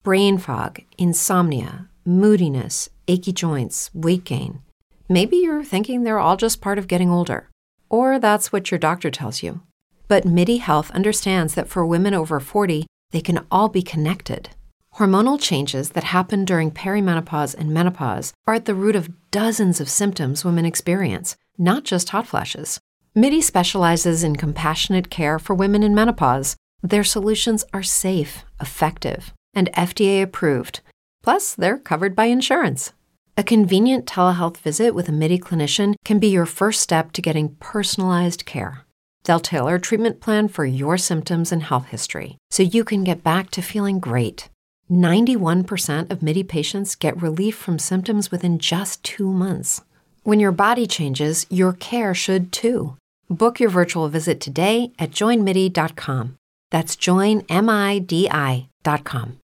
brain fog, insomnia, moodiness, achy joints, weight gain. Maybe you're thinking they're all just part of getting older, or that's what your doctor tells you. But MIDI Health understands that for women over 40, they can all be connected. Hormonal changes that happen during perimenopause and menopause are at the root of dozens of symptoms women experience, not just hot flashes. MIDI specializes in compassionate care for women in menopause. Their solutions are safe, effective, and FDA approved. Plus, they're covered by insurance. A convenient telehealth visit with a MIDI clinician can be your first step to getting personalized care. They'll tailor a treatment plan for your symptoms and health history so you can get back to feeling great. 91% of MIDI patients get relief from symptoms within just 2 months. When your body changes, your care should too. Book your virtual visit today at joinmidi.com. That's joinmidi.com.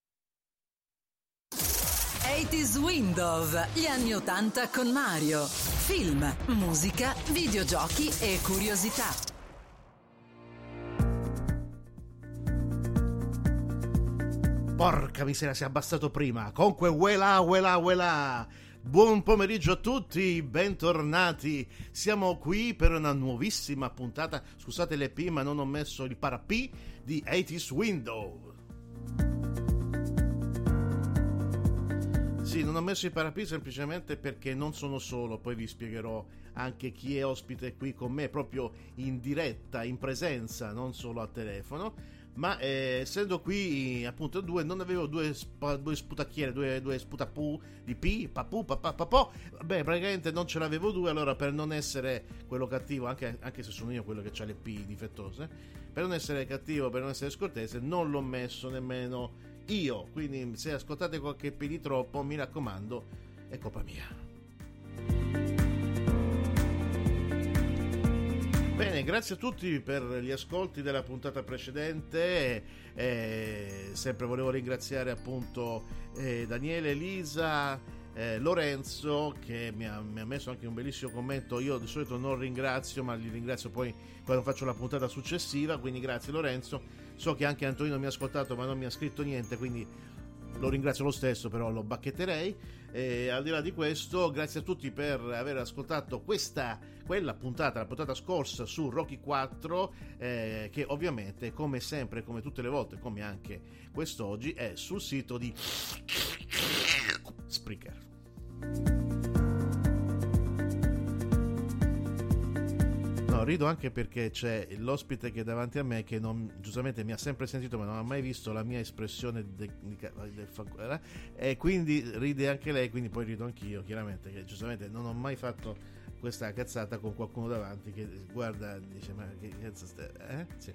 80s Window, gli anni 80 con Mario. Film, musica, videogiochi e curiosità. Porca miseria, si è abbassato prima. Comunque, uela. Buon pomeriggio a tutti, bentornati. Siamo qui per una nuovissima puntata. Scusate le P, ma non ho messo il parapì di 80s Window. Sì, non ho messo i parapì semplicemente perché non sono solo, poi vi spiegherò anche chi è ospite qui con me, proprio in diretta, in presenza, non solo a telefono, ma essendo qui appunto due, non avevo due sputacchiere, due sputapù di P, papù, papà, beh, praticamente non ce l'avevo due, allora per non essere quello cattivo, anche se sono io quello che ha le P difettose, per non essere cattivo, per non essere scortese, non l'ho messo nemmeno io, quindi se ascoltate qualche P di troppo, mi raccomando, è colpa mia. Bene, grazie a tutti per gli ascolti della puntata precedente. Sempre volevo ringraziare appunto Daniele, Elisa, Lorenzo, che mi ha messo anche un bellissimo commento. Io di solito non ringrazio, ma li ringrazio poi quando faccio la puntata successiva, quindi grazie Lorenzo. So che anche Antonino mi ha ascoltato ma non mi ha scritto niente, quindi lo ringrazio lo stesso, però lo bacchetterei. Al di là di questo, grazie a tutti per aver ascoltato quella puntata, la puntata scorsa su Rocky 4, che ovviamente, come sempre, come tutte le volte, come anche quest'oggi, è sul sito di Spreaker. No, rido anche perché c'è l'ospite che è davanti a me che giustamente mi ha sempre sentito ma non ha mai visto la mia espressione e quindi ride anche lei, quindi poi rido anch'io, chiaramente, che giustamente non ho mai fatto questa cazzata con qualcuno davanti che guarda e dice ma che cazzo stai? Sì.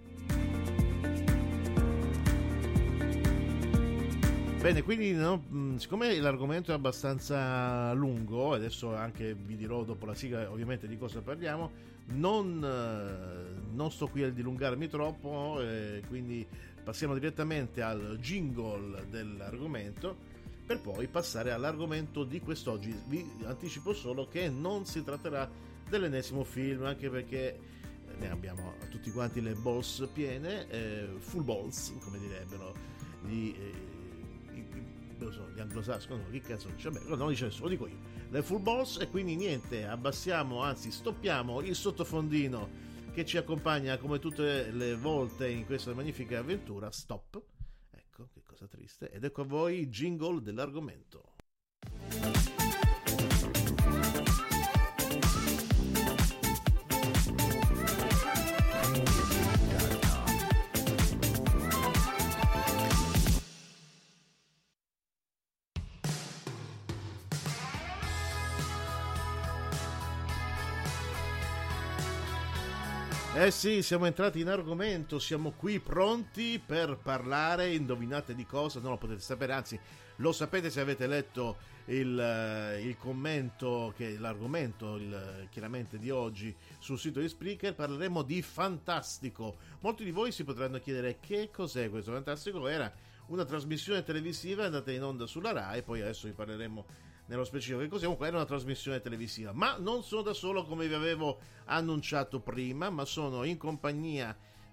Bene, quindi siccome l'argomento è abbastanza lungo, adesso anche vi dirò dopo la sigla ovviamente di cosa parliamo, non sto qui a dilungarmi troppo, quindi passiamo direttamente al jingle dell'argomento per poi passare all'argomento di quest'oggi. Vi anticipo solo che non si tratterà dell'ennesimo film, anche perché ne abbiamo tutti quanti le balls piene, full balls come direbbero gli anglosassoni, che cazzo, vabbè, non dice nessuno, lo dico io, le full balls. E quindi niente, abbassiamo, anzi stoppiamo il sottofondino che ci accompagna come tutte le volte in questa magnifica avventura. Stop, ecco, che cosa triste, ed ecco a voi il jingle dell'argomento. Eh sì, siamo entrati in argomento, siamo qui pronti per parlare, indovinate di cosa? Non lo potete sapere, anzi lo sapete se avete letto il commento, che l'argomento chiaramente di oggi sul sito di Spreaker. Parleremo di Fantastico. Molti di voi si potranno chiedere che cos'è questo Fantastico. Era una trasmissione televisiva andata in onda sulla Rai, poi adesso vi parleremo nello specifico che cos'è. Comunque era una trasmissione televisiva, ma non sono da solo come vi avevo annunciato prima, ma sono in compagnia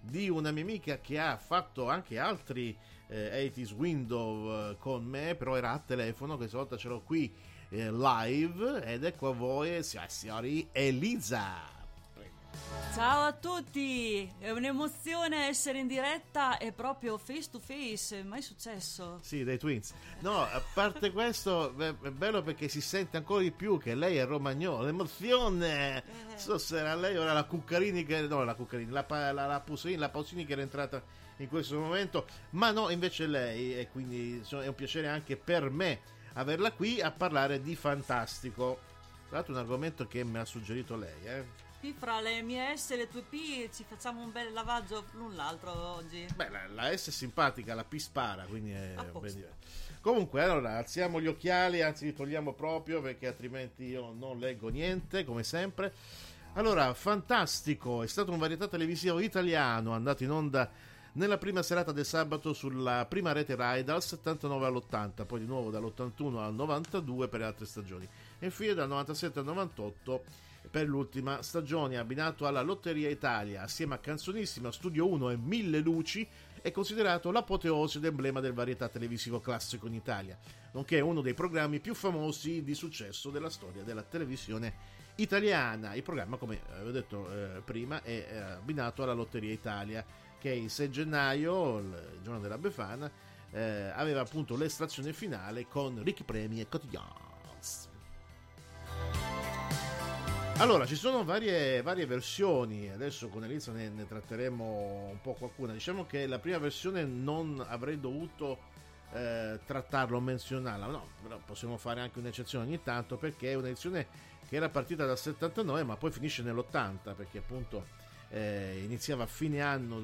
di una mia amica che ha fatto anche altri 80s Window con me, però era a telefono. Questa volta ce l'ho qui live, ed ecco a voi, signori, Elisa. Ciao a tutti, è un'emozione essere in diretta e proprio face to face, mai successo. Sì, dei Twins. No, a parte questo è bello perché si sente ancora di più che lei è romagnolo, l'emozione. So se era lei o era la Cuccarini la Pausini che era entrata in questo momento, ma no, invece lei, e quindi è un piacere anche per me averla qui a parlare di fantastico. Tra l'altro un argomento che mi ha suggerito lei, Qui fra le mie S e le tue P ci facciamo un bel lavaggio l'un l'altro oggi. Beh, la S è simpatica, la P spara, quindi è Apposta. ben diverso. Comunque, allora, alziamo gli occhiali, anzi li togliamo proprio perché altrimenti io non leggo niente, come sempre. Allora, fantastico, è stato un varietà televisivo italiano andato in onda nella prima serata del sabato sulla prima rete Rai dal 79 all'80, poi di nuovo dall'81 al 92 per le altre stagioni, e infine dal 97 al 98 per l'ultima stagione. Abbinato alla Lotteria Italia assieme a Canzonissima, Studio 1 e Mille Luci, è considerato l'apoteosi ed emblema del varietà televisivo classico in Italia, nonché uno dei programmi più famosi di successo della storia della televisione italiana. Il programma, come avevo detto prima, è abbinato alla Lotteria Italia, che il 6 gennaio, il giorno della Befana, aveva appunto l'estrazione finale con ricchi premi e cotillons. Allora, ci sono varie versioni, adesso con Elisa ne tratteremo un po' qualcuna. Diciamo che la prima versione non avrei dovuto trattarla o menzionarla, no, però possiamo fare anche un'eccezione ogni tanto, perché è un'edizione che era partita dal 79 ma poi finisce nell'80, perché appunto iniziava a fine anno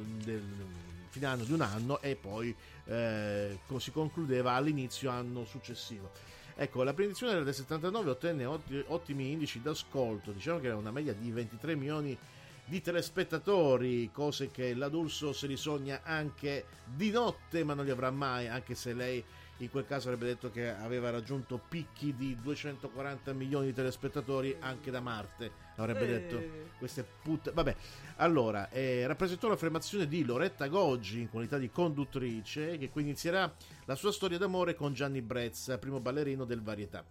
di un anno e poi si concludeva all'inizio anno successivo. Ecco, la prima edizione era del 79, ottenne ottimi indici d'ascolto, diciamo che era una media di 23 milioni di telespettatori, cose che la D'Urso se li sogna anche di notte, ma non li avrà mai, anche se lei in quel caso avrebbe detto che aveva raggiunto picchi di 240 milioni di telespettatori anche da Marte, avrebbe detto queste vabbè. Allora, rappresentò l'affermazione di Loretta Goggi in qualità di conduttrice, che qui inizierà la sua storia d'amore con Gianni Brezza, primo ballerino del Varietà.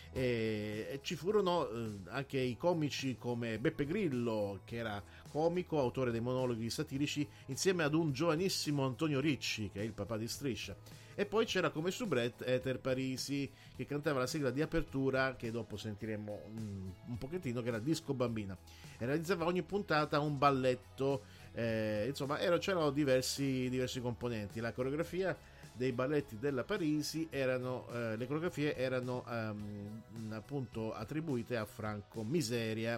E ci furono anche i comici come Beppe Grillo, che era comico, autore dei monologhi satirici, insieme ad un giovanissimo Antonio Ricci, che è il papà di Striscia. E poi c'era come soubrette Ether Parisi, che cantava la sigla di apertura, che dopo sentiremo un pochettino, che era Disco Bambina, e realizzava ogni puntata un balletto, insomma c'erano diversi componenti. La coreografia dei balletti della Parisi le coreografie erano appunto attribuite a Franco Miseria.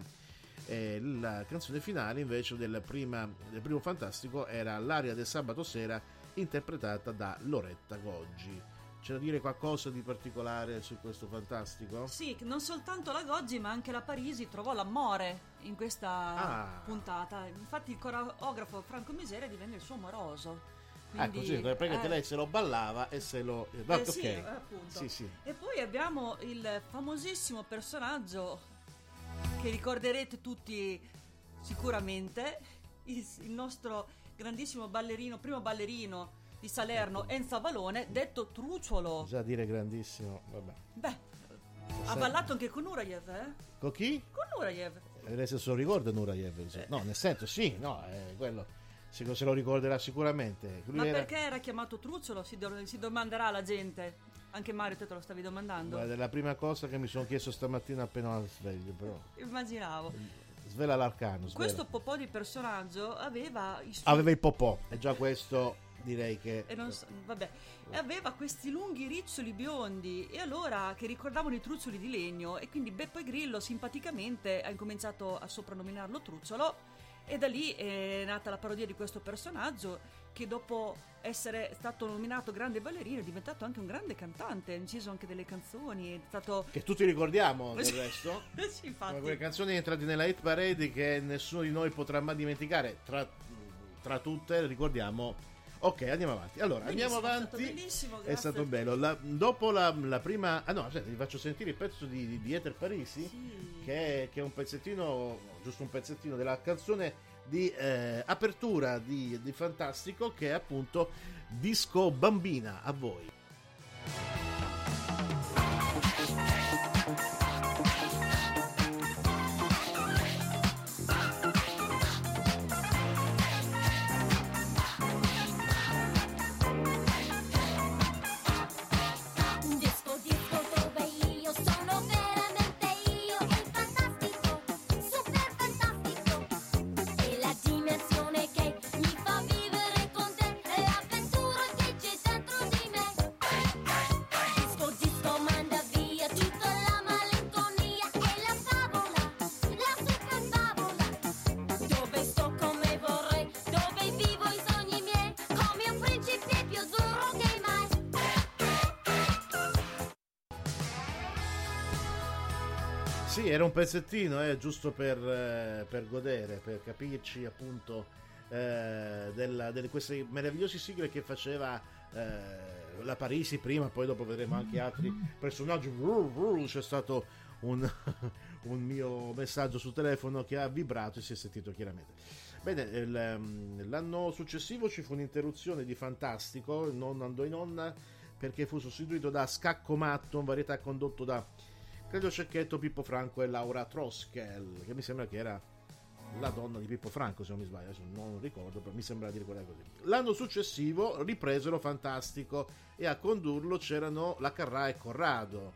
La canzone finale invece del primo Fantastico era l'aria del sabato sera, interpretata da Loretta Goggi. C'è da dire qualcosa di particolare su questo Fantastico? Sì, non soltanto la Goggi ma anche la Parisi trovò l'amore in questa puntata. Infatti il coreografo Franco Miseria divenne il suo amoroso. Quindi, così, perché lei se lo ballava e se lo... sì, appunto. Sì. E poi abbiamo il famosissimo personaggio che ricorderete tutti sicuramente, il nostro grandissimo ballerino, primo ballerino di Salerno, Enzo Avalone, detto Trucciolo. Già dire grandissimo, vabbè. Beh, ha ballato anche con Nureyev, Con chi? Con Nureyev. Lei se lo ricorda Nureyev? No, nel senso sì, no, quello... Se lo ricorderà sicuramente. Ma perché era chiamato Trucciolo? Si domanderà la gente. Anche Mario, te lo stavi domandando? Guarda, è la prima cosa che mi sono chiesto stamattina appena sveglio, però. Immaginavo. Svela l'arcano. Svela. Questo popò di personaggio aveva il popò, e già questo direi che... aveva questi lunghi riccioli biondi, e allora che ricordavano i truccioli di legno, e quindi Beppe Grillo simpaticamente ha incominciato a soprannominarlo Trucciolo. E da lì è nata la parodia di questo personaggio, che dopo essere stato nominato grande ballerino è diventato anche un grande cantante, ha inciso anche delle canzoni, è stato... che tutti ricordiamo del resto. Sì, infatti. Quelle canzoni entrate nella hit parade che nessuno di noi potrà mai dimenticare. Tra tutte ricordiamo... Ok, andiamo avanti. Allora, benissimo, andiamo avanti. È stato bello. Dopo la prima... aspetta, vi faccio sentire il pezzo di Ether Parisi, sì. che è un pezzettino, giusto un pezzettino della canzone di apertura di Fantastico, che è appunto Disco Bambina. A voi. Sì, era un pezzettino, giusto per godere, per capirci appunto delle queste meravigliose sigle che faceva la Parisi prima, poi dopo vedremo anche altri personaggi. C'è stato un mio messaggio sul telefono che ha vibrato e si è sentito chiaramente. Bene, l'anno successivo ci fu un'interruzione di Fantastico, non andò in onda perché fu sostituito da Scacco Matto, un varietà condotto da Claudio Cecchetto, Pippo Franco e Laura Troskel, che mi sembra che era la donna di Pippo Franco, se non mi sbaglio, adesso non ricordo, però mi sembra di ricordare così. L'anno successivo ripresero Fantastico e a condurlo c'erano la Carrà e Corrado.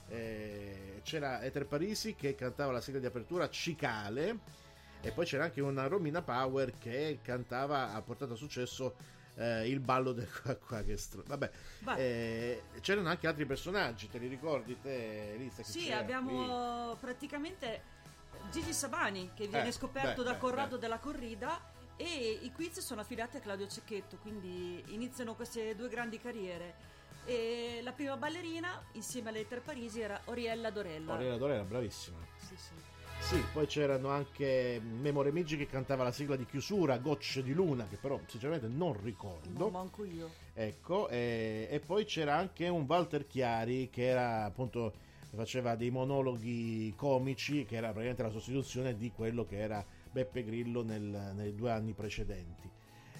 C'era Ether Parisi che cantava la sigla di apertura Cicale, e poi c'era anche una Romina Power che cantava, ha portato a successo il ballo del qua che vabbè, c'erano anche altri personaggi, te li ricordi te, Elisa? Sì, abbiamo praticamente Gigi Sabani che viene scoperto da Corrado della Corrida, e i quiz sono affidati a Claudio Cecchetto, quindi iniziano queste due grandi carriere. E la prima ballerina insieme alle Ether Parisi era Oriella Dorella. Oriella Dorella, bravissima. Sì. Sì, poi c'erano anche Memo Remigi che cantava la sigla di chiusura, Gocce di Luna, che però sinceramente non ricordo. No, manco io. Ecco, e poi c'era anche un Walter Chiari che era appunto, faceva dei monologhi comici, che era praticamente la sostituzione di quello che era Beppe Grillo nei 2 anni precedenti.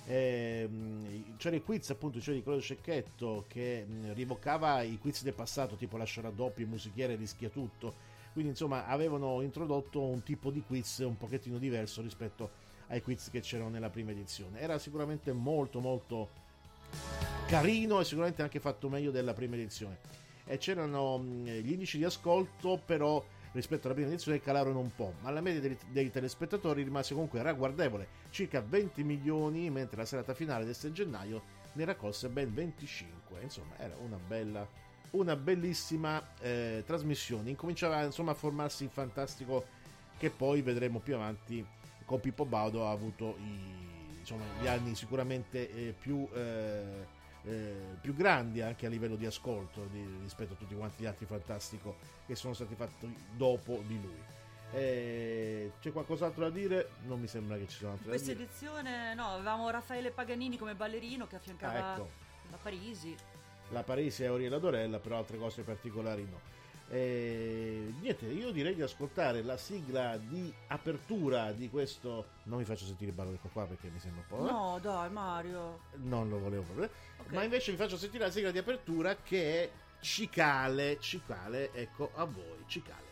C'era il quiz appunto, c'era di Claudio Cecchetto che rievocava i quiz del passato, tipo Lascia raddoppio, Musichiere, Rischia tutto. Quindi insomma avevano introdotto un tipo di quiz un pochettino diverso rispetto ai quiz che c'erano nella prima edizione. Era sicuramente molto molto carino e sicuramente anche fatto meglio della prima edizione. E c'erano gli indici di ascolto, però rispetto alla prima edizione calarono un po', ma la media dei telespettatori rimase comunque ragguardevole, circa 20 milioni, mentre la serata finale del 6 gennaio ne raccolse ben 25. Insomma era una bellissima trasmissione. Incominciava insomma a formarsi il Fantastico, che poi vedremo più avanti con Pippo Baudo ha avuto gli anni sicuramente più grandi anche a livello di ascolto rispetto a tutti quanti gli altri Fantastico che sono stati fatti dopo di lui. C'è qualcos'altro da dire? Non mi sembra che ci siano altre questa edizione no, avevamo Raffaele Paganini come ballerino che affiancava la Parisi. La Parisi e Oriella Dorella, però altre cose particolari no. Niente, io direi di ascoltare la sigla di apertura di questo. Non mi faccio sentire il ballo del qua perché mi sembra un po'. No, dai, Mario. Non lo volevo proprio. Okay. Ma invece vi faccio sentire la sigla di apertura che è Cicale. Cicale, ecco a voi, Cicale.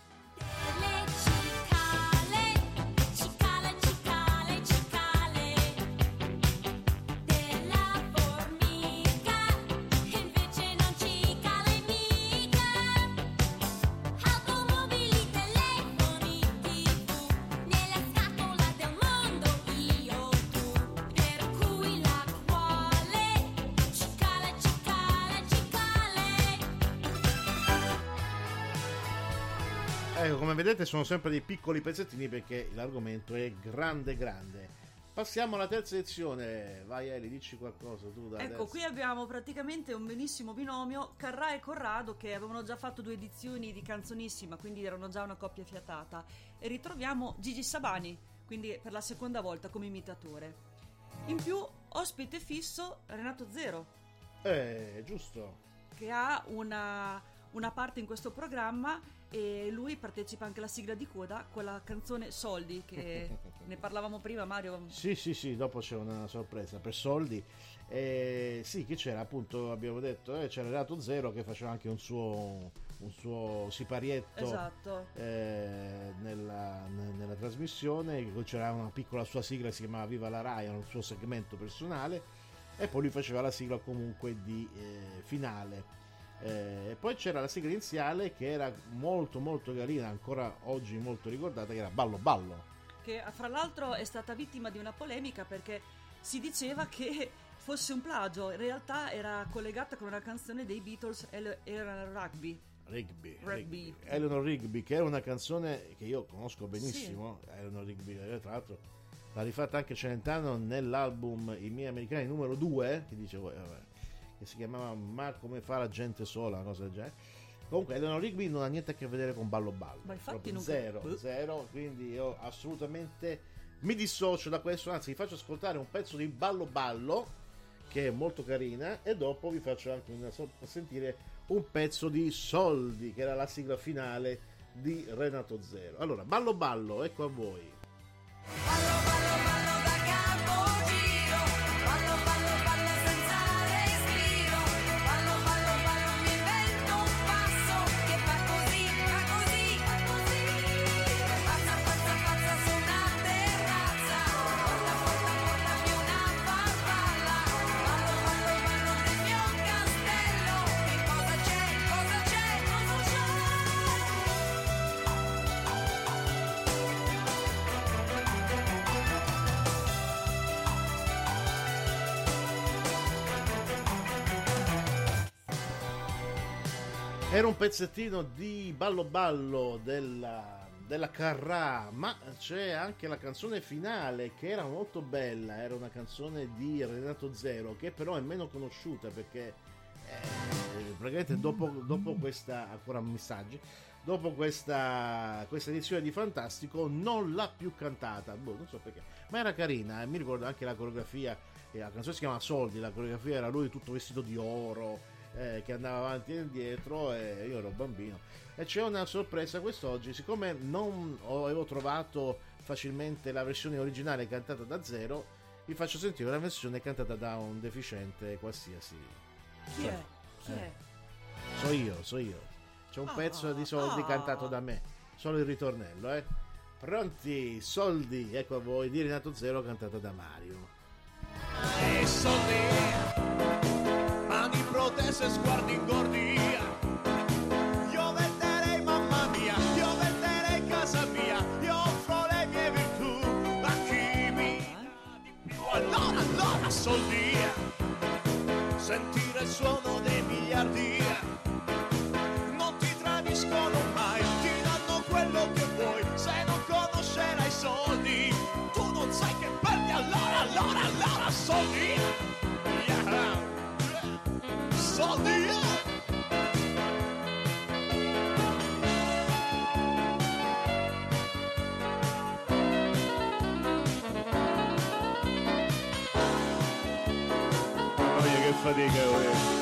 Ecco, come vedete sono sempre dei piccoli pezzettini perché l'argomento è grande. Passiamo alla terza edizione. Vai Eli, dici qualcosa tu da Ecco, qui abbiamo praticamente un benissimo binomio, Carrà e Corrado, che avevano già fatto 2 edizioni di Canzonissima, quindi erano già una coppia fiatata, e ritroviamo Gigi Sabani, quindi per la seconda volta come imitatore. In più ospite fisso Renato Zero, giusto, che ha una una parte in questo programma e lui partecipa anche alla sigla di coda con la canzone Soldi, che ne parlavamo prima, Mario. Sì, dopo c'è una sorpresa per Soldi. Sì, chi c'era? Appunto, abbiamo detto, c'era Renato Zero che faceva anche un suo siparietto, Esatto. nella trasmissione. C'era una piccola sua sigla che si chiamava Viva la Rai, era un suo segmento personale, e poi lui faceva la sigla comunque di finale. E poi c'era la sigla iniziale che era molto molto carina, ancora oggi molto ricordata, che era Ballo Ballo, Che fra l'altro è stata vittima di una polemica perché si diceva che fosse un plagio, in realtà era collegata con una canzone dei Beatles, era Rugby. Rigby. Eleanor Rigby, che era una canzone che io conosco benissimo. Eleanor Rigby, tra l'altro l'ha rifatta anche Celentano nell'album I miei americani numero 2, che dice che si chiamava Ma come fa la gente sola, una cosa del genere. Comunque Eleanor Rigby non ha niente a che vedere con Ballo Ballo, Ma infatti proprio non zero, quindi io assolutamente mi dissocio da questo, anzi vi faccio ascoltare un pezzo di Ballo Ballo che è molto carina, e dopo vi faccio anche sentire un pezzo di Soldi, che era la sigla finale di Renato Zero. Allora, Ballo Ballo, ecco a voi. Ballo, ballo, ballo da capogiro, ballo, ballo, ballo senza respiro, ballo, ballo, ballo mi invento un passo che fa così, fa così, fa così, pazza, pazza, pazza su una terrazza, porta, porta, portami una farfalla, ballo, ballo, ballo del mio castello, che cosa c'è, cosa c'è, cosa c'è? Era un pezzettino di Ballo Ballo della Carrà, ma c'è anche la canzone finale che era molto bella, era una canzone di Renato Zero che però è meno conosciuta perché praticamente dopo questa, ancora messaggi, dopo questa edizione di Fantastico non l'ha più cantata, non so perché, ma era carina, mi ricordo anche la coreografia, la canzone si chiama Soldi, la coreografia era lui tutto vestito di oro, che andava avanti e indietro, e io ero bambino. E c'è una sorpresa quest'oggi, siccome non avevo trovato facilmente la versione originale cantata da Zero, vi faccio sentire una versione cantata da un deficiente qualsiasi. Chi è? Chi è? So io. C'è un pezzo di Soldi cantato da me, solo il ritornello, Pronti? Soldi, ecco a voi, di Renato Zero cantata da Mario. E soldi, mani protese, sguardi in gordia. Io venderei mamma mia, io venderei casa mia, io offro le mie virtù a chi mi dà di più. Allora, soldi, sentire il suono dei miliardi. Non ti tradiscono mai, ti danno quello che vuoi. Se non conoscerai soldi, tu non sai che perdi. Allora, soldi, soldi. Che fatica,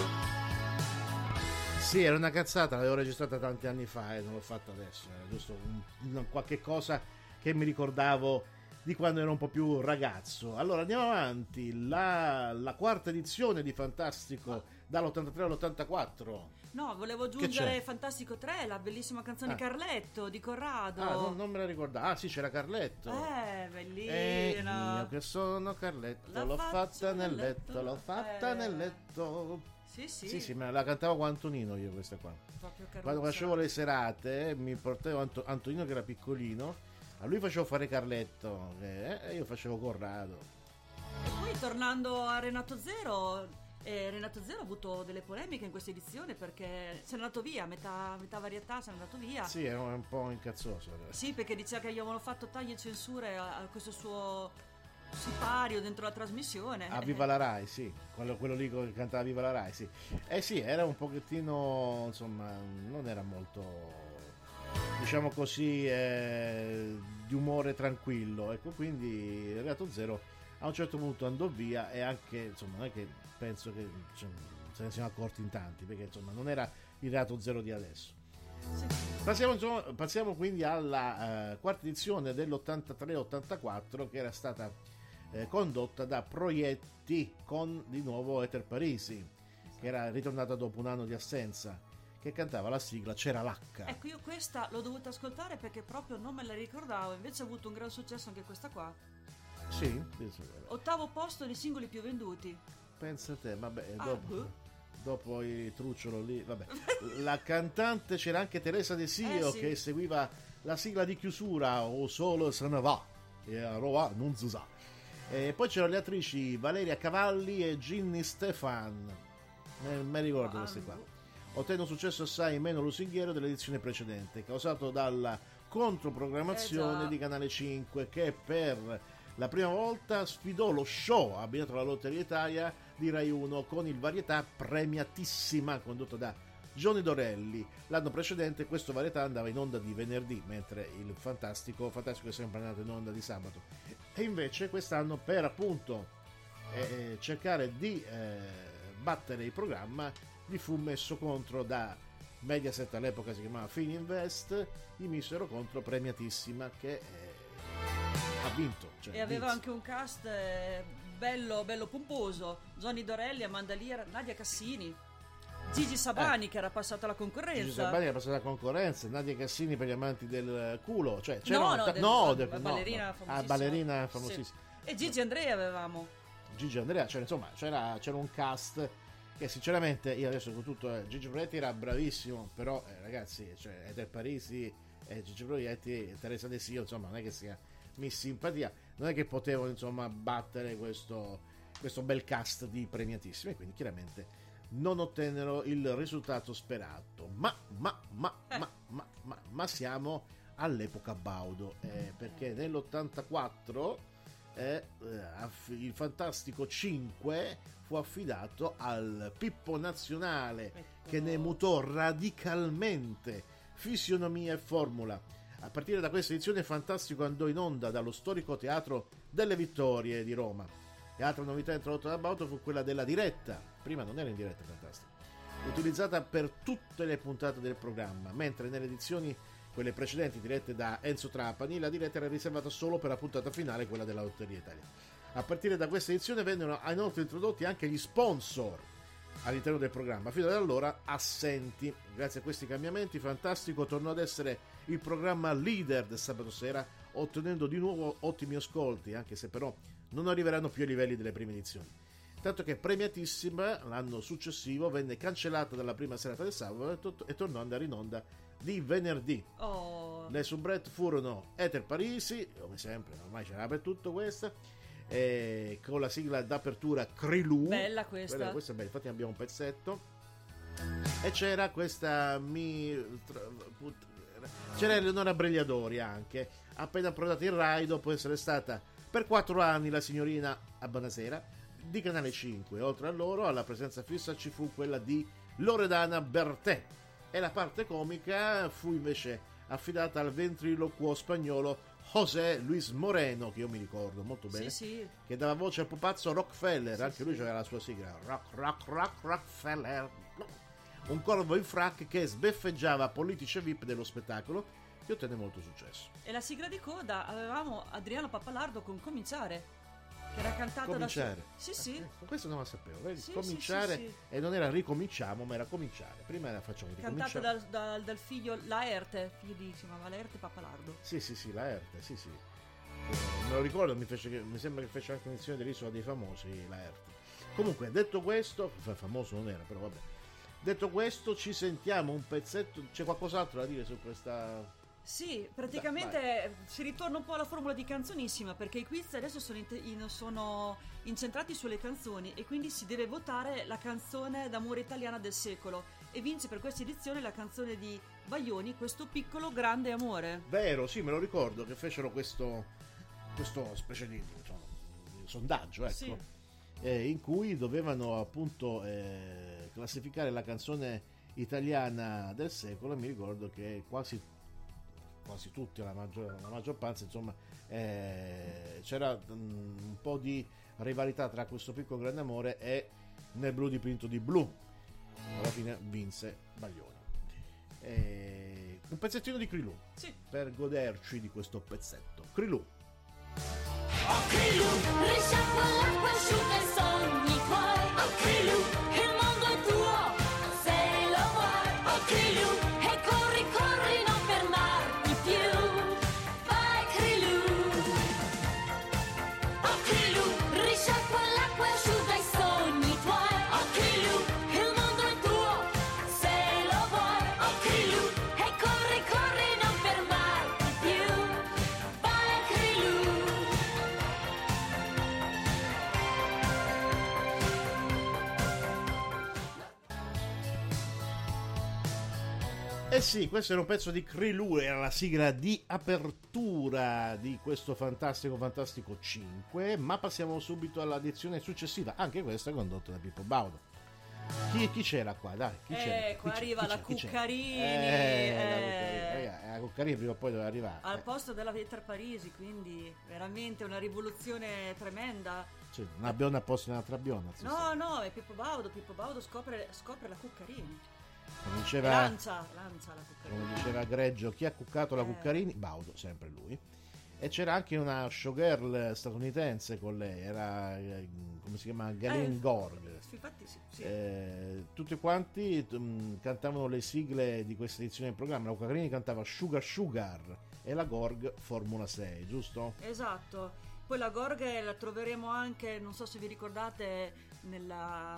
Sì, era una cazzata, l'avevo registrata tanti anni fa e non l'ho fatta adesso, era giusto qualche cosa che mi ricordavo di quando ero un po' più ragazzo. Allora andiamo avanti, la quarta edizione di Fantastico dall'83 all'84. No, volevo Che aggiungere c'è? Fantastico 3, la bellissima canzone Carletto di Corrado. Non me la ricordavo. Ah sì, c'era Carletto. Bellina. Io che sono Carletto, La l'ho faccia fatta nel nel letto, letto. l'ho fatta nel letto. Sì. Sì, me la cantavo con Antonino io questa qua. Proprio caruzza. Quando facevo le serate mi portavo Antonino che era piccolino, a lui facevo fare Carletto e io facevo Corrado. E poi tornando a Renato Zero, Renato Zero ha avuto delle polemiche in questa edizione perché se n'è andato via, metà varietà se n'è andato via. Sì, è un po' incazzoso adesso. Sì, perché diceva che gli avevano fatto tagli e censure a questo suo sipario dentro la trasmissione. Ah, Viva la Rai, sì, quello lì che cantava Viva la Rai, sì. Sì, era un pochettino, insomma, non era molto, diciamo così, di umore tranquillo, ecco, quindi Renato Zero a un certo punto andò via e anche, insomma, non è che penso che se ne siamo accorti in tanti, perché insomma non era il Reato Zero di adesso. Sì. Passiamo quindi alla quarta edizione dell'83-84, che era stata condotta da Proietti con di nuovo Eter Parisi, che era ritornata dopo un anno di assenza, che cantava la sigla C'era l'H. Ecco, io questa l'ho dovuta ascoltare perché proprio non me la ricordavo, invece ha avuto un gran successo anche questa qua. Sì, 8° posto nei singoli più venduti. pensa te, vabbè, boh. dopo il trucciolo lì, vabbè. La cantante c'era anche Teresa De Sio, Sì. che seguiva la sigla di chiusura O solo se ne va e a Roma non si sa. E poi c'erano le attrici Valeria Cavalli e Ginny Stefan, me ricordo queste qua. Ottenne un successo assai meno lusinghiero dell'edizione precedente, causato dalla controprogrammazione già. di Canale 5, che per la prima volta sfidò lo show abbinato alla Lotteria Italia di Rai 1 con il Varietà Premiatissima condotto da Johnny Dorelli. L'anno precedente questo Varietà andava in onda di venerdì, mentre il Fantastico è sempre andato in onda di sabato. E invece quest'anno, per appunto cercare di battere il programma, gli fu messo contro da Mediaset, all'epoca si chiamava Fininvest, gli misero contro Premiatissima, che ha vinto. Cioè, E aveva vinse. anche un cast bello pomposo. Johnny Dorelli, Amanda Lear, Nadia Cassini, Gigi Sabani che era passata alla concorrenza. Gigi Sabani era passata la concorrenza, Nadia Cassini per gli amanti del culo, cioè ballerina famosissima. ballerina famosissima. Sì. E Gigi Andrea avevamo. Gigi Andrea, cioè insomma c'era un cast che sinceramente io adesso con tutto Gigi Proietti era bravissimo, però ragazzi, cioè Eter Parisi e Gigi Proietti e Teresa De Sio, insomma non è che sia Miss Simpatia, non è che potevano insomma battere questo bel cast di Premiatissimi, e quindi chiaramente non ottennero il risultato sperato. Ma siamo all'epoca Baudo, perché nell'84 il Fantastico 5 fu affidato al Pippo Nazionale, che ne mutò radicalmente fisionomia e formula. A partire da questa edizione Fantastico andò in onda dallo storico Teatro delle Vittorie di Roma. E altra novità introdotta da Baudo fu quella della diretta. Prima non era in diretta Fantastico, utilizzata per tutte le puntate del programma, mentre nelle edizioni quelle precedenti dirette da Enzo Trapani la diretta era riservata solo per la puntata finale, quella della Lotteria Italia. A partire da questa edizione vennero inoltre introdotti anche gli sponsor all'interno del programma, fino ad allora assenti. Grazie a questi cambiamenti Fantastico tornò ad essere il programma leader del sabato sera, ottenendo di nuovo ottimi ascolti, anche se però non arriveranno più ai livelli delle prime edizioni. Tanto che Premiatissima l'anno successivo venne cancellata dalla prima serata del sabato e tornò ad andare in onda di venerdì. Le soubrette furono Eter Parisi, come sempre, ormai c'era per tutto questa, con la sigla d'apertura Crilou. Bella questa. Questa è bella, infatti abbiamo un pezzetto. E c'era questa c'era Eleonora Bregliadori anche, appena approdata in Rai dopo essere stata per 4 anni la signorina a Buonasera di Canale 5. Oltre a loro, alla presenza fissa ci fu quella di Loredana Bertè, e la parte comica fu invece affidata al ventriloquo spagnolo José Luis Moreno, che io mi ricordo molto bene, Sì. che dava voce al pupazzo Rockefeller. Anche lui aveva la sua sigla Rockefeller, un corvo in frac che sbeffeggiava politici e VIP dello spettacolo, che ottenne molto successo. E la sigla di coda avevamo Adriano Pappalardo con Cominciare, che era cantata Cominciare. da... Sì. Questo non lo sapevo, vedi? Sì, Cominciare, sì. e non era ricominciamo, ma era cominciare. Prima era facciamo Cantata ricominciare. dal figlio Laerte, figlio di si chiamava Laerte Pappalardo. Sì, Laerte, sì. Me lo ricordo, mi sembra che fece anche un'edizione dell'Isola dei Famosi, Laerte. Comunque, detto questo, famoso non era, però vabbè. Detto questo, ci sentiamo un pezzetto. C'è qualcos'altro da dire su questa? Sì, praticamente si ritorna un po' alla formula di Canzonissima, perché i quiz adesso sono incentrati sulle canzoni e quindi si deve votare la canzone d'amore italiana del secolo, e vince per questa edizione la canzone di Baglioni, Questo piccolo grande amore. Vero, sì, me lo ricordo che fecero questo specie di sondaggio, ecco, Sì. In cui dovevano appunto classificare la canzone italiana del secolo, e mi ricordo che quasi tutti, la maggior parte, insomma, c'era un po' di rivalità tra Questo piccolo grande amore e Nel blu dipinto di blu, fine vinse Baglioni. Un pezzettino di Krilou Sì. per goderci di questo pezzetto. Krilou. Risciacqua l'acqua, asciuga i sogni tuoi. Occhilu, il mondo è tuo, se lo vuoi. Occhilu, e corri, corri, non fermarti più. Vai Krilu. Occhilu, risciacqua l'acqua, asciuga i sogni tuoi. Occhilu, il mondo è tuo, se lo vuoi. Occhilu, e corri, corri, non fermarti più. Vai Krilu. Eh sì, questo era un pezzo di Krilou, era la sigla di apertura di questo fantastico 5, ma passiamo subito alla edizione successiva, anche questa condotta da Pippo Baudo. Chi c'era qua? Dai, chi c'era? Qua arriva la Chi c'era? Cuccarini. La Cuccarini prima o poi doveva arrivare. Al posto della Viettar Parisi, quindi veramente una rivoluzione tremenda. Sì, una bionda posta in un'altra bionda. sì, No, è Pippo Baudo scopre la Cuccarini. Come diceva, Lancia la Cuccarini. come diceva Greggio, chi ha cuccato la Cuccarini? Baudo, sempre lui. E c'era anche una showgirl statunitense con lei, era come si chiama? Galen Gorg. Infatti sì. Tutti quanti cantavano le sigle di questa edizione del programma. La Cuccarini cantava Sugar Sugar e la Gorg Formula 6, giusto? Esatto. Poi la Gorg la troveremo anche, non so se vi ricordate, nel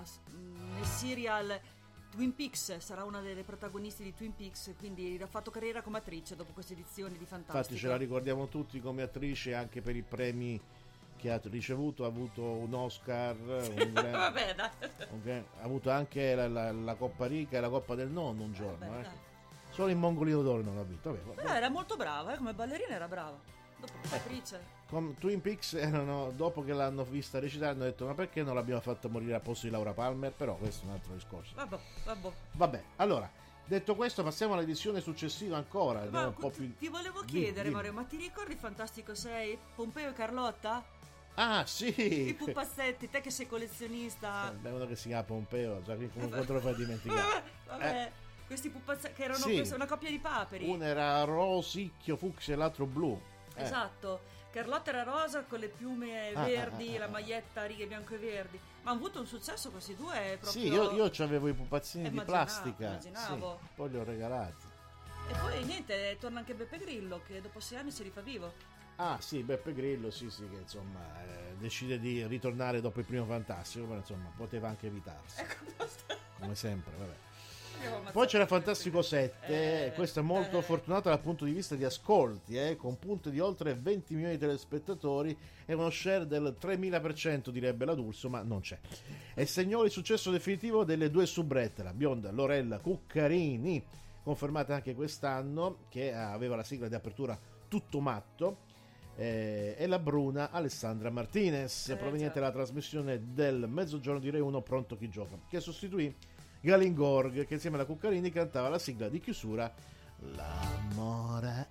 serial Twin Peaks, sarà una delle protagoniste di Twin Peaks, quindi ha fatto carriera come attrice dopo queste edizioni di Fantastica. Infatti ce la ricordiamo tutti come attrice anche per i premi che ha ricevuto, ha avuto un Oscar, Vabbè, dai. ha avuto anche la Coppa Rica e la Coppa del Nonno un giorno. Vabbè, dai. Solo in Mongolino d'Oro non l'ha vinto. Vabbè, Però era molto brava, come ballerina era brava. Dopo come attrice. Con Twin Peaks erano, dopo che l'hanno vista recitare, hanno detto ma perché non l'abbiamo fatta morire a posto di Laura Palmer? Però questo è un altro discorso. Vabbè. Allora, detto questo, passiamo all'edizione successiva ancora. Andiamo Ma un po' più... ti volevo Dimmi, chiedere, dimmi. Mario, ma ti ricordi Fantastico 6? Pompeo e Carlotta? Ah I sì! pupazzetti, te che sei collezionista. Beh, uno che si chiama Pompeo, già che come te lo fai dimenticare. Vabbè, questi pupazzetti che erano Sì. una coppia di paperi. Uno era rosicchio, fucsia e l'altro blu. Esatto, Carlotta era rosa con le piume verdi, la maglietta a righe bianco e verdi. Ma hanno avuto un successo questi due proprio. Sì, io avevo i pupazzini di plastica. Immaginavo. Sì, poi li ho regalati. E poi niente, torna anche Beppe Grillo che dopo 6 anni si rifà vivo. Ah sì, Beppe Grillo, sì, che insomma decide di ritornare dopo il primo Fantastico, ma insomma poteva anche evitarsi. Come sempre, vabbè. Poi c'era Fantastico 7, questo è molto fortunato dal punto di vista di ascolti, con punte di oltre 20 milioni di telespettatori e uno share del 3000%, direbbe la D'Urso, ma non c'è. E segnò il successo definitivo delle due soubrette, la bionda Lorella Cuccarini, confermata anche quest'anno, che aveva la sigla di apertura Tutto Matto, e la bruna Alessandra Martinez, proveniente dalla trasmissione del mezzogiorno di Rai 1 Pronto chi gioca, che sostituì Galen Gorg, che insieme alla Cuccarini cantava la sigla di chiusura L'amore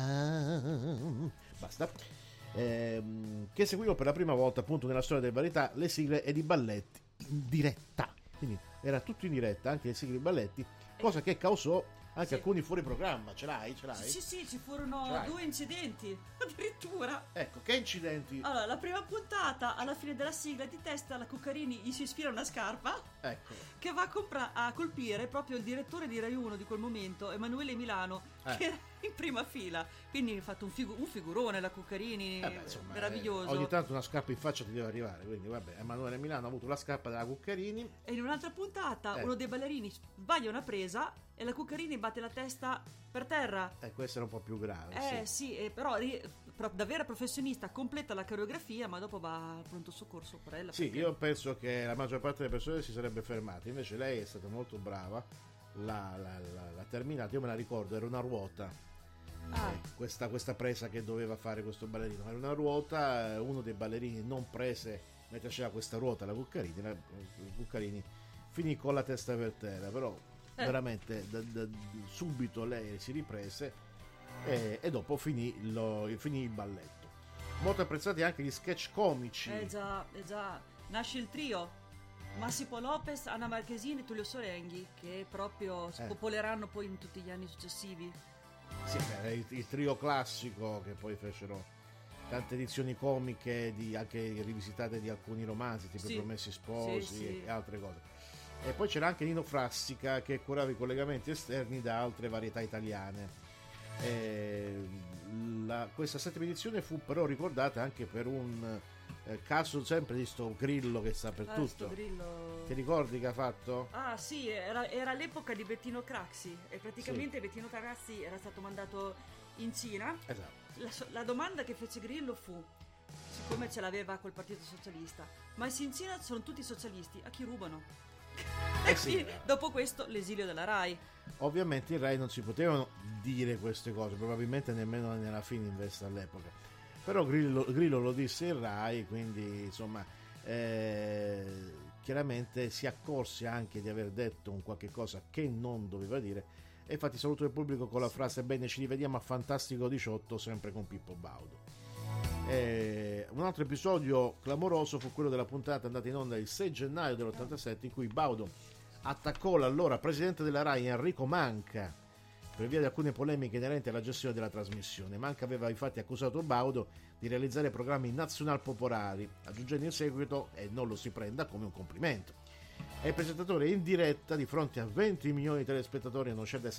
basta, che seguiva per la prima volta appunto nella storia delle varietà le sigle e i balletti in diretta, quindi era tutto in diretta, anche le sigle e i balletti, cosa che causò anche alcuni fuori programma. Ce l'hai? Sì, ci furono 2 incidenti addirittura. Ecco, che incidenti? Allora, la prima puntata, alla fine della sigla di testa, la Cuccarini gli si sfila una scarpa, ecco, che va a colpire proprio il direttore di Rai 1 di quel momento, Emanuele Milano, che era in prima fila. Quindi ha fatto un figurone la Cuccarini, insomma, meraviglioso. Ogni tanto una scarpa in faccia ti deve arrivare, quindi vabbè, Emanuele Milano ha avuto la scarpa della Cuccarini. E in un'altra puntata uno dei ballerini sbaglia una presa e la Cuccarini batte la testa per terra. Questo era un po' più grave. Però da vera professionista completa la coreografia, ma dopo va al pronto soccorso per ella. Sì, io penso che la maggior parte delle persone si sarebbe fermata, invece lei è stata molto brava, l'ha terminata, io me la ricordo, era una ruota. Questa presa che doveva fare questo ballerino era una ruota, uno dei ballerini non prese mentre c'era questa ruota, la Cuccarini finì con la testa per terra, però veramente subito lei si riprese e dopo finì il balletto. Molto apprezzati anche gli sketch comici. Già, nasce il trio. Massimo Lopez, Anna Marchesini e Tullio Sorenghi, che proprio spopoleranno poi in tutti gli anni successivi. Sì, beh, il trio classico che poi fecero tante edizioni comiche anche rivisitate di alcuni romanzi, tipo Sì. I Promessi Sposi Sì. e altre cose. E poi c'era anche Nino Frassica che curava i collegamenti esterni da altre varietà italiane. Questa settima edizione fu però ricordata anche per un caso sempre di sto Grillo che sta per Sto tutto. Grillo. Ti ricordi che ha fatto? Ah sì, era l'epoca di Bettino Craxi e praticamente Bettino Craxi era stato mandato in Cina. Esatto. La domanda che fece Grillo fu, siccome ce l'aveva col Partito Socialista, ma se in Cina sono tutti socialisti, a chi rubano? E sì. quindi, dopo questo l'esilio della RAI. Ovviamente in Rai non si potevano dire queste cose, probabilmente nemmeno nella Fininvest all'epoca. Però Grillo lo disse in Rai, quindi insomma chiaramente si accorse anche di aver detto un qualche cosa che non doveva dire. E infatti saluto il pubblico con la frase: bene, ci rivediamo a Fantastico 18 sempre con Pippo Baudo. Un altro episodio clamoroso fu quello della puntata andata in onda il 6 gennaio dell'87 in cui Baudo attaccò l'allora presidente della RAI Enrico Manca per via di alcune polemiche inerenti alla gestione della trasmissione. Manca aveva infatti accusato Baudo di realizzare programmi nazional popolari, aggiungendo in seguito, e non lo si prenda come un complimento, è il presentatore in diretta di fronte a 20 milioni di telespettatori, non c'è del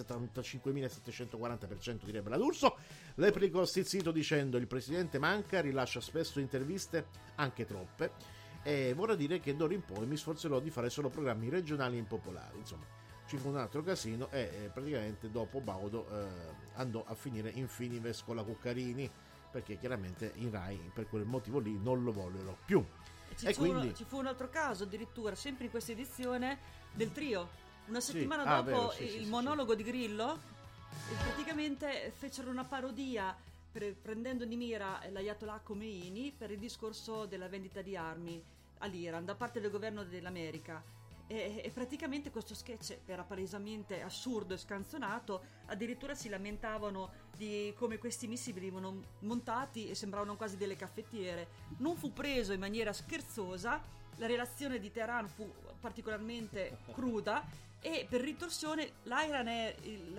75.740%, direbbe la D'Urso, replicò stizzito dicendo: il presidente Manca rilascia spesso interviste, anche troppe, e vorrà dire che d'ora in poi mi sforzerò di fare solo programmi regionali e impopolari. Insomma, ci fu un altro casino e praticamente dopo Baudo andò a finire in Fininvest con la Cuccarini, perché chiaramente in Rai per quel motivo lì non lo vollero più. Ci fu un altro caso addirittura, sempre in questa edizione, del trio. Una settimana dopo vero, il monologo di Grillo, praticamente fecero una parodia prendendo di mira l'Ayatollah Khomeini per il discorso della vendita di armi all'Iran da parte del governo dell'America. E praticamente questo sketch era palesemente assurdo e scanzonato, addirittura si lamentavano di come questi missili venivano montati e sembravano quasi delle caffettiere. Non fu preso in maniera scherzosa, la relazione di Teheran fu particolarmente cruda e per ritorsione l'Iran è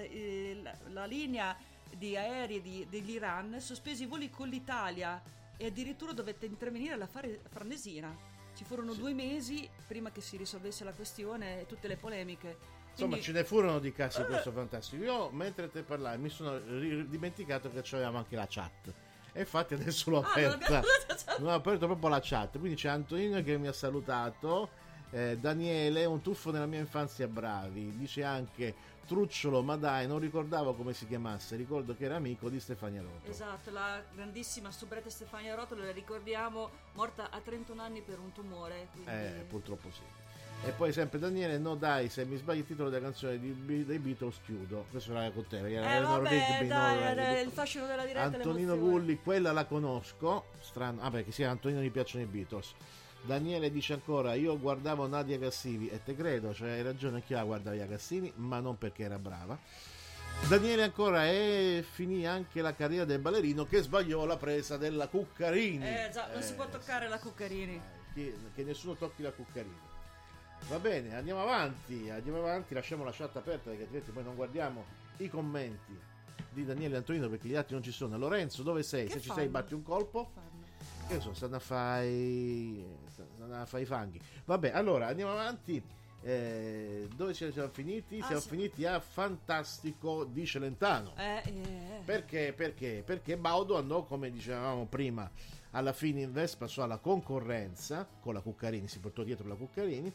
la linea di aerei dell'Iran sospese i voli con l'Italia e addirittura dovette intervenire la Farnesina. Ci furono 2 mesi prima che si risolvesse la questione e tutte le polemiche. Insomma, ce ne furono di casi questo fantastico. Io mentre te parlavi mi sono dimenticato che c'avevamo anche la chat. E infatti adesso l'ho aperta. Non ho aperto proprio la chat. Quindi c'è Antonino che mi ha salutato. Daniele, un tuffo nella mia infanzia, bravi. Dice anche Trucciolo, ma dai, non ricordavo come si chiamasse, ricordo che era amico di Stefania Rotolo. Esatto, la grandissima soubrette Stefania Rotolo, la ricordiamo, morta a 31 anni per un tumore. Quindi... purtroppo sì. E poi sempre Daniele, no dai, se mi sbagli il titolo della canzone dei Beatles chiudo. Questo era con te, vabbè, il fascino della diretta. Antonino Gulli, quella la conosco, strano, perché sì, a Antonino gli piacciono i Beatles. Daniele dice ancora: io guardavo Nadia Cassini, e te credo, cioè hai ragione, anch'io la guardavo Nadia Cassini, ma non perché era brava. Daniele ancora: e finì anche la carriera del ballerino che sbagliò la presa della Cuccarini. Già, non si può toccare la Cuccarini. Che nessuno tocchi la Cuccarini. Va bene, andiamo avanti, lasciamo la chat aperta perché altrimenti poi non guardiamo i commenti di Daniele e Antonino perché gli altri non ci sono. Lorenzo, dove sei? Che Se fanno? ci sei batti un colpo. Che so, stanno a fare i fanghi. Vabbè, allora andiamo avanti. Dove siamo finiti? Siamo finiti a Fantastico di Celentano. Perché? Perché Baudo andò, come dicevamo prima, alla Fininvest, passò alla concorrenza con la Cuccarini, si portò dietro la Cuccarini.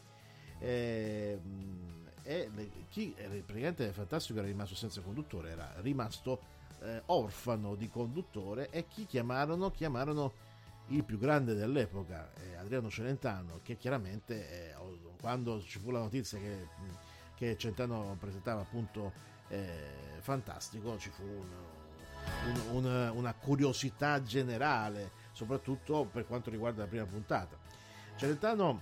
Praticamente Fantastico era rimasto senza conduttore, era rimasto orfano di conduttore. E chi chiamarono? Chiamarono il più grande dell'epoca, Adriano Celentano, che chiaramente quando ci fu la notizia che Celentano presentava appunto Fantastico, ci fu una curiosità generale, soprattutto per quanto riguarda la prima puntata. Celentano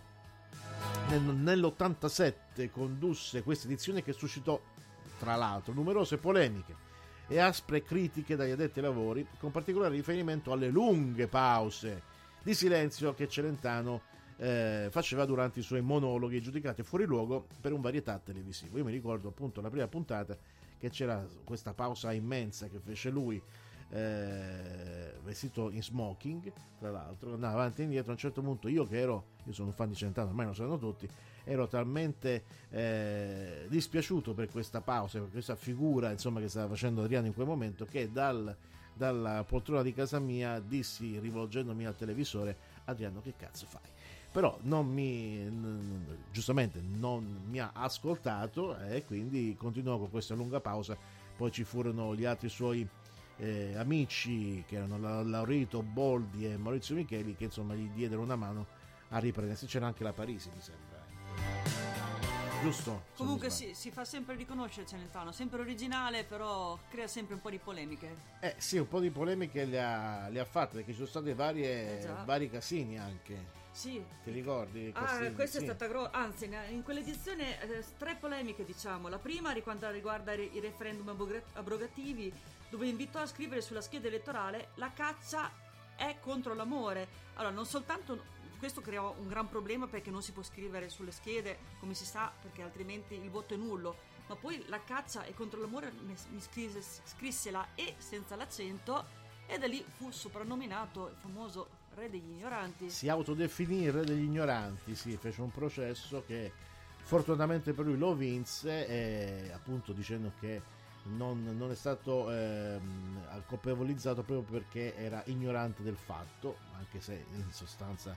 nell'87 condusse questa edizione che suscitò tra l'altro numerose polemiche e aspre critiche dagli addetti ai lavori, con particolare riferimento alle lunghe pause di silenzio che Celentano faceva durante i suoi monologhi giudicati fuori luogo per un varietà televisivo. Io mi ricordo appunto la prima puntata che c'era questa pausa immensa che fece lui, vestito in smoking, tra l'altro, andava avanti e indietro. A un certo punto io sono un fan di Celentano, ormai lo sanno tutti, ero talmente dispiaciuto per questa pausa, per questa figura insomma che stava facendo Adriano in quel momento, che dalla poltrona di casa mia dissi, rivolgendomi al televisore: Adriano, che cazzo fai? Però giustamente non mi ha ascoltato, e quindi continuò con questa lunga pausa. Poi ci furono gli altri suoi amici, che erano Laurito, Boldi e Maurizio Micheli, che insomma gli diedero una mano a riprendersi. C'era anche la Parisi, mi sembra, giusto? Comunque si fa sempre riconoscere Celentano, sempre originale, però crea sempre un po' di polemiche. Sì, un po' di polemiche le ha fatte, perché ci sono state già. vari casini anche. Sì. Ti ricordi? Questa Sì. è stata anzi, in quell'edizione 3 polemiche, diciamo. La prima riguarda i referendum abrogativi, dove invitò a scrivere sulla scheda elettorale: la caccia è contro l'amore. Allora, non soltanto questo creò un gran problema, perché non si può scrivere sulle schede, come si sa, perché altrimenti il voto è nullo, ma poi la caccia è contro l'amore mi scrisse la E senza l'accento, e da lì fu soprannominato il famoso re degli ignoranti. Si autodefinì il re degli ignoranti, sì, fece un processo che fortunatamente per lui lo vinse, appunto dicendo che non è stato colpevolizzato proprio perché era ignorante del fatto, anche se in sostanza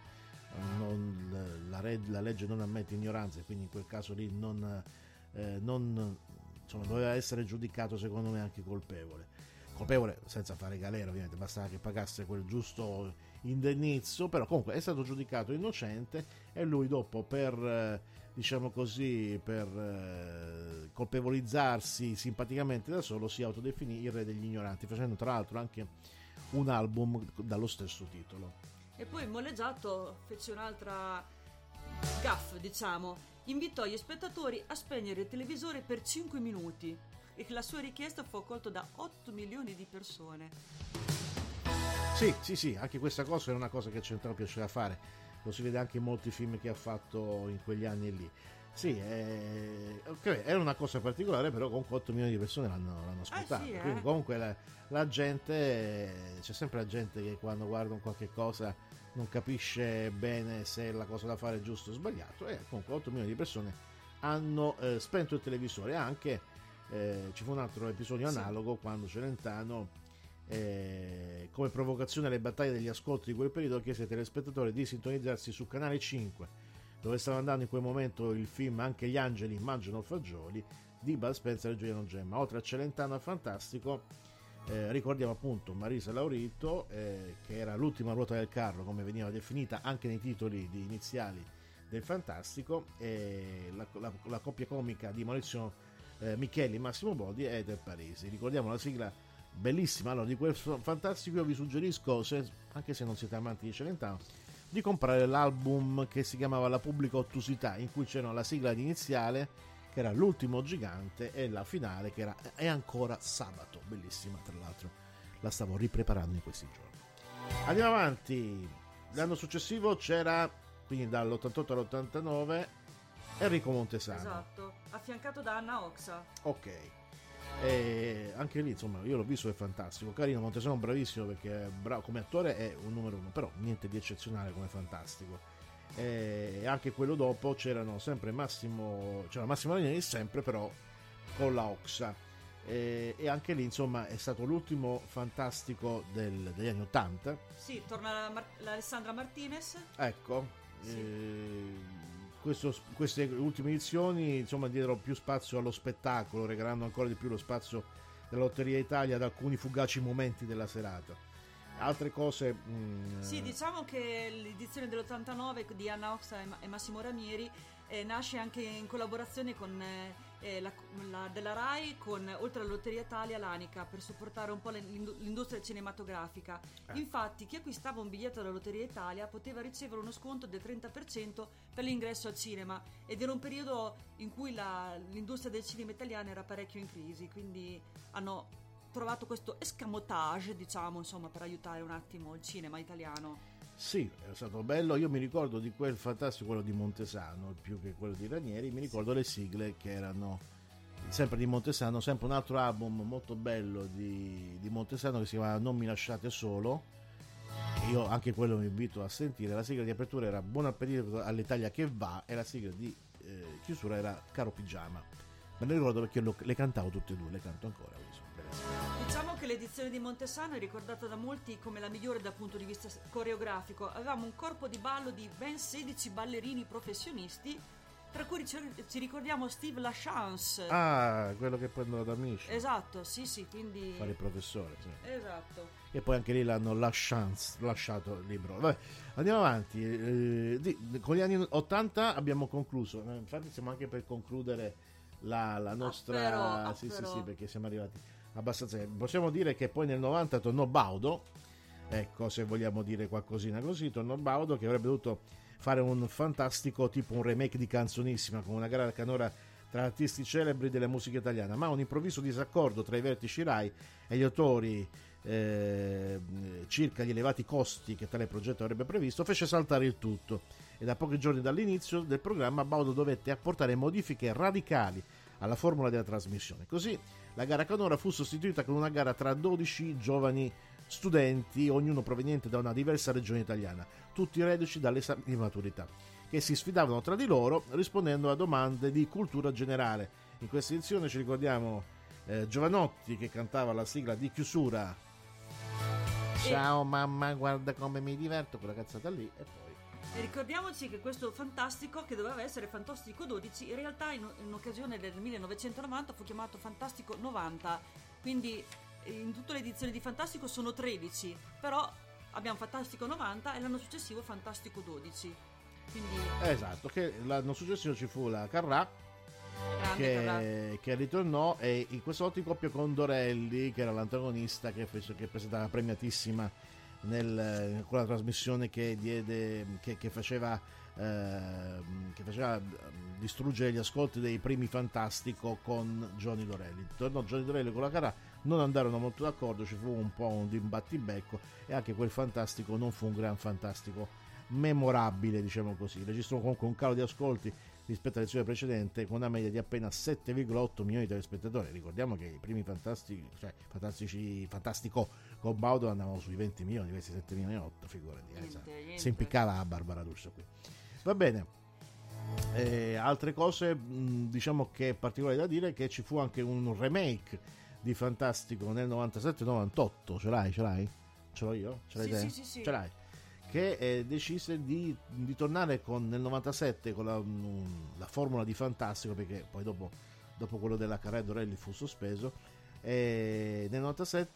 la legge non ammette ignoranza, e quindi in quel caso lì non insomma, doveva essere giudicato secondo me anche colpevole senza fare galera, ovviamente, bastava che pagasse quel giusto indennizzo. Però comunque è stato giudicato innocente, e lui dopo per colpevolizzarsi simpaticamente da solo si autodefinì il re degli ignoranti, facendo tra l'altro anche un album dallo stesso titolo. E poi Moleggiato fece un'altra gaffe, diciamo. Invitò gli spettatori a spegnere il televisore per 5 minuti, e la sua richiesta fu accolta da 8 milioni di persone. Sì, anche questa cosa era una cosa che Celentano piaceva fare, lo si vede anche in molti film che ha fatto in quegli anni lì. Sì, era una cosa particolare, però comunque 8 milioni di persone l'hanno ascoltato. Sì, Quindi comunque la gente, c'è sempre la gente che quando guarda un qualche cosa non capisce bene se la cosa da fare è giusto o sbagliato, e comunque 8 milioni di persone hanno spento il televisore. Anche ci fu un altro episodio analogo, quando Celentano, come provocazione alle battaglie degli ascolti di quel periodo, chiese ai telespettatori di sintonizzarsi su Canale 5, dove stava andando in quel momento il film Anche gli angeli mangiano fagioli di Bud Spencer e Giuliano Gemma. Oltre a Celentano al Fantastico, ricordiamo appunto Marisa Laurito, che era l'ultima ruota del carro, come veniva definita anche nei titoli iniziali del Fantastico, e la coppia comica di Maurizio Micheli, Massimo Boldi e del Parisi. Ricordiamo la sigla bellissima. Allora, di quel Fantastico io vi suggerisco, anche se non siete amanti di Celentano, di comprare l'album che si chiamava La Pubblica Ottusità, in cui c'era la sigla iniziale, che era L'ultimo gigante, e la finale, che era È ancora sabato, bellissima, tra l'altro la stavo ripreparando in questi giorni. Andiamo avanti. L'anno successivo c'era, quindi dall'88 all'89, Enrico Montesano. Esatto, affiancato da Anna Oxa. Ok, e anche lì insomma io l'ho visto, è fantastico, carino. Montesano bravissimo, perché è bravo come attore, è un numero uno, però niente di eccezionale come Fantastico. E anche quello dopo c'era Massimo Ranieri, sempre però con la Oxa, e anche lì insomma è stato l'ultimo Fantastico degli anni 80. Sì, torna l'Alessandra Martinez. Ecco, Sì. Queste ultime edizioni insomma diedero più spazio allo spettacolo, regalando ancora di più lo spazio della Lotteria Italia ad alcuni fugaci momenti della serata. Altre cose Sì, diciamo che l'edizione dell'89 di Anna Oxa e Massimo Ranieri nasce anche in collaborazione con la della Rai, con, oltre alla Lotteria Italia, l'Anica, per supportare un po' l'industria cinematografica. Infatti chi acquistava un biglietto della Lotteria Italia poteva ricevere uno sconto del 30% per l'ingresso al cinema, ed era un periodo in cui l'industria del cinema italiano era parecchio in crisi, quindi hanno trovato questo escamotage, diciamo, insomma, per aiutare un attimo il cinema italiano. Sì, è stato bello. Io mi ricordo di quel fantastico, quello di Montesano, più che quello di Ranieri. Mi ricordo le sigle che erano sempre di Montesano, sempre un altro album molto bello di Montesano che si chiama Non mi lasciate solo. Io anche quello mi invito a sentire. La sigla di apertura era Buon appetito all'Italia che va e la sigla di chiusura era Caro Pigiama. Me ne ricordo perché le cantavo tutte e due, le canto ancora. quindi sono belle. Diciamo che l'edizione di Montesano è ricordata da molti come la migliore dal punto di vista coreografico. Avevamo un corpo di ballo di ben 16 ballerini professionisti, tra cui ci ricordiamo Steve LaChance. Ah, quello che prendono da amici. Esatto, sì, quindi... Fare il professore, sì. Esatto. E poi anche lì l'hanno lasciato libero. Vabbè, andiamo avanti. Con gli anni 80 abbiamo concluso. Infatti siamo anche per concludere la nostra... Sì, perché siamo arrivati abbastanza. Possiamo dire che poi nel 90 tornò Baudo. Ecco, se vogliamo dire qualcosina così, tornò Baudo, che avrebbe dovuto fare un fantastico, tipo un remake di Canzonissima, con una gara canora tra artisti celebri della musica italiana, ma un improvviso disaccordo tra i vertici Rai e gli autori circa gli elevati costi che tale progetto avrebbe previsto fece saltare il tutto, e da pochi giorni dall'inizio del programma Baudo dovette apportare modifiche radicali alla formula della trasmissione. Così la gara canora fu sostituita con una gara tra 12 giovani studenti, ognuno proveniente da una diversa regione italiana, tutti reduci dall'esame di maturità, che si sfidavano tra di loro rispondendo a domande di cultura generale. In questa edizione ci ricordiamo Giovanotti che cantava la sigla di chiusura. Ciao mamma, guarda come mi diverto, quella cazzata lì, e poi... E ricordiamoci che questo Fantastico, che doveva essere Fantastico 12, in realtà in occasione del 1990 fu chiamato Fantastico 90, quindi in tutte le edizioni di Fantastico sono 13, però abbiamo Fantastico 90 e l'anno successivo Fantastico 12. Quindi... Esatto, che l'anno successivo ci fu la Carrà che ritornò, e in quest'otto in coppia con Dorelli, che era l'antagonista che presentava Premiatissima con la trasmissione che faceva distruggere gli ascolti dei primi Fantastico con Johnny Dorelli. Tornò Johnny Dorelli con la Carrà, non andarono molto d'accordo, ci fu un po' un imbattibecco e anche quel Fantastico non fu un gran Fantastico memorabile, diciamo così. Registrò comunque un calo di ascolti rispetto all'edizione precedente, con una media di appena 7,8 milioni di telespettatori. Ricordiamo che i primi Fantastico con Baudo andavano sui 20 milioni, questi 7 milioni e 8, figurati. Niente. Si impiccava a Barbara D'Urso qui. Va bene. Altre cose, diciamo che è particolare da dire che ci fu anche un remake di Fantastico nel 97-98. Ce l'hai? Ce l'ho io? Ce l'hai te? Sì. Ce l'hai? Che decise di tornare nel 97 con la formula di Fantastico, perché poi dopo quello della Carrà e Dorelli fu sospeso, e nel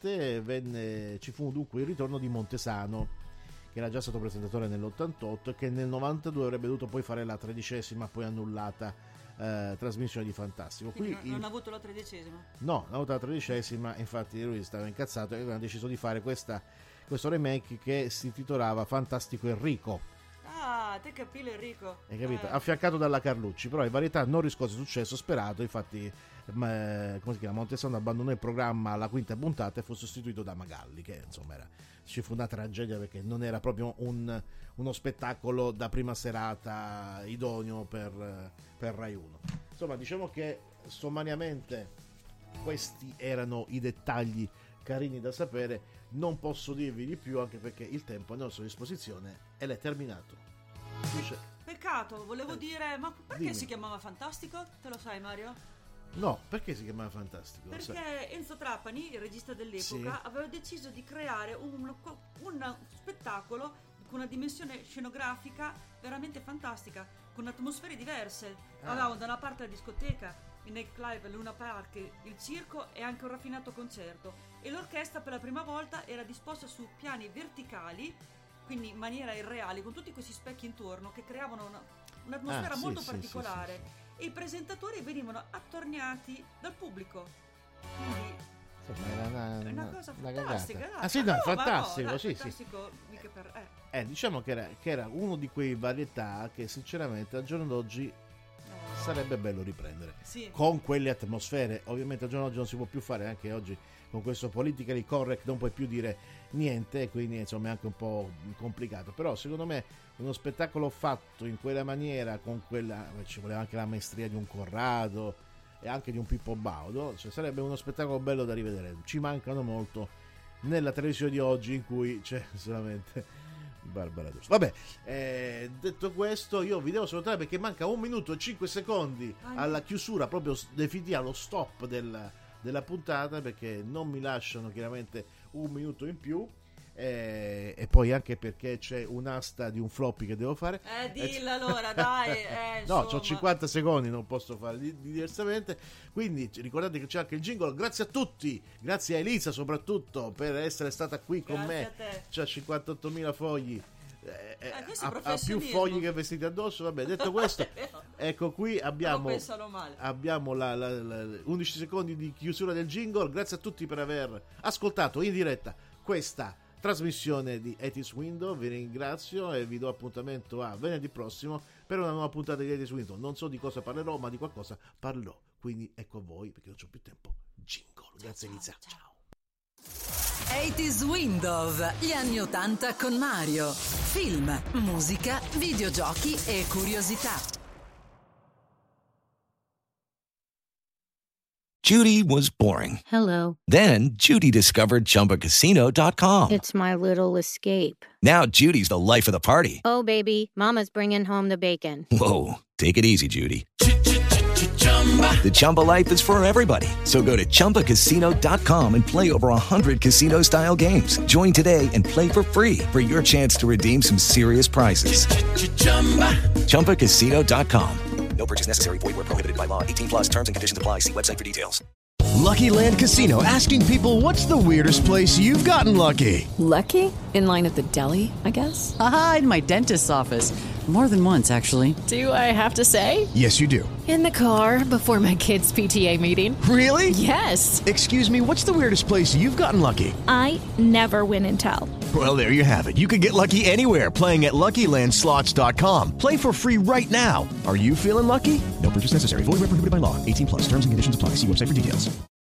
97 ci fu dunque il ritorno di Montesano, che era già stato presentatore nell'88 e che nel 92 avrebbe dovuto poi fare la 13ª poi annullata trasmissione di Fantastico. Quindi Qui non ha avuto la 13ª? No, ha avuto la 13ª, infatti lui stava incazzato e aveva deciso di fare questo remake che si intitolava Fantastico Enrico. Ah, te capì Enrico. Hai capito? Affiancato dalla Carlucci, però in varietà non riscosse il successo sperato, infatti come si chiama, Montesano abbandonò il programma alla quinta puntata e fu sostituito da Magalli, che insomma ci fu una tragedia perché non era proprio uno spettacolo da prima serata idoneo per Rai 1. Insomma, diciamo che sommariamente questi erano i dettagli carini da sapere. Non posso dirvi di più, anche perché il tempo a nostra disposizione ed è terminato. Peccato, volevo dire, ma perché Dimmi. si chiamava Fantastico? Te lo sai, Mario? No, perché si chiamava Fantastico? Perché Enzo Trapani, il regista dell'epoca, Sì. aveva deciso di creare un spettacolo con una dimensione scenografica veramente fantastica, con atmosfere diverse. Avevamo da una parte la discoteca, il nightclub, il Luna Park, il circo e anche un raffinato concerto, e l'orchestra per la prima volta era disposta su piani verticali, quindi in maniera irreale, con tutti questi specchi intorno che creavano un'atmosfera sì, molto sì, particolare, sì. e i presentatori venivano attorniati dal pubblico. Quindi Insomma, è una cosa una fantastica. cagata. dai. Ah sì, no, ma fantastico, dai, sì, fantastico, mica per... diciamo che era uno di quei varietà che sinceramente al giorno d'oggi sarebbe bello riprendere Sì. con quelle atmosfere. Ovviamente al giorno d'oggi non si può più fare, anche oggi con questo politically correct non puoi più dire niente, quindi insomma è anche un po' complicato, però secondo me uno spettacolo fatto in quella maniera, con quella, ci voleva anche la maestria di un Corrado e anche di un Pippo Baudo, cioè sarebbe uno spettacolo bello da rivedere. Ci mancano molto nella televisione di oggi, in cui c'è solamente Barbara D'Urso. Vabbè, detto questo, io vi devo salutare perché manca 1 minuto e 5 secondi alla chiusura proprio definitiva, allo stop della puntata, perché non mi lasciano chiaramente 1 minuto in più, e poi anche perché c'è un'asta di un floppy che devo fare. Dilla allora, dai. No, ho 50 secondi, non posso fare diversamente. Quindi ricordate che c'è anche il jingle. Grazie a tutti, grazie a Elisa soprattutto per essere stata qui con Grazie me. a te. C'ha 58.000 fogli. questo è Ha più professionismo. fogli che vestiti addosso. Vabbè, detto questo, È vero. ecco qui Non abbiamo pensano male. 11 secondi di chiusura del jingle. Grazie a tutti per aver ascoltato in diretta questa trasmissione di Etis Window. Vi ringrazio e vi do appuntamento a venerdì prossimo per una nuova puntata di Etis Window. Non so di cosa parlerò, ma di qualcosa parlerò, quindi ecco a voi perché non c'ho più tempo. Jingle. Grazie Elisa, ciao. 80s Window, gli anni 80 con Mario. Film, musica, videogiochi e curiosità. Judy was boring. Hello. Then Judy discovered ChumbaCasino.com. It's my little escape. Now Judy's the life of the party. Oh, baby, mama's bringing home the bacon. Whoa, take it easy, Judy. The Chumba life is for everybody. So go to ChumbaCasino.com and play over 100 casino-style games. Join today and play for free for your chance to redeem some serious prizes. ChumbaCasino.com. No purchase necessary. Void where prohibited by law. 18 plus terms and conditions apply. See website for details. Lucky Land Casino, asking people, what's the weirdest place you've gotten lucky? Lucky? In line at the deli, I guess? Aha, in my dentist's office. More than once, actually. Do I have to say? Yes, you do. In the car before my kids' PTA meeting. Really? Yes. Excuse me, what's the weirdest place you've gotten lucky? I never win and tell. Well, there you have it. You can get lucky anywhere, playing at LuckyLandSlots.com. Play for free right now. Are you feeling lucky? No purchase necessary. Void where prohibited by law. 18 plus. Terms and conditions apply. See website for details.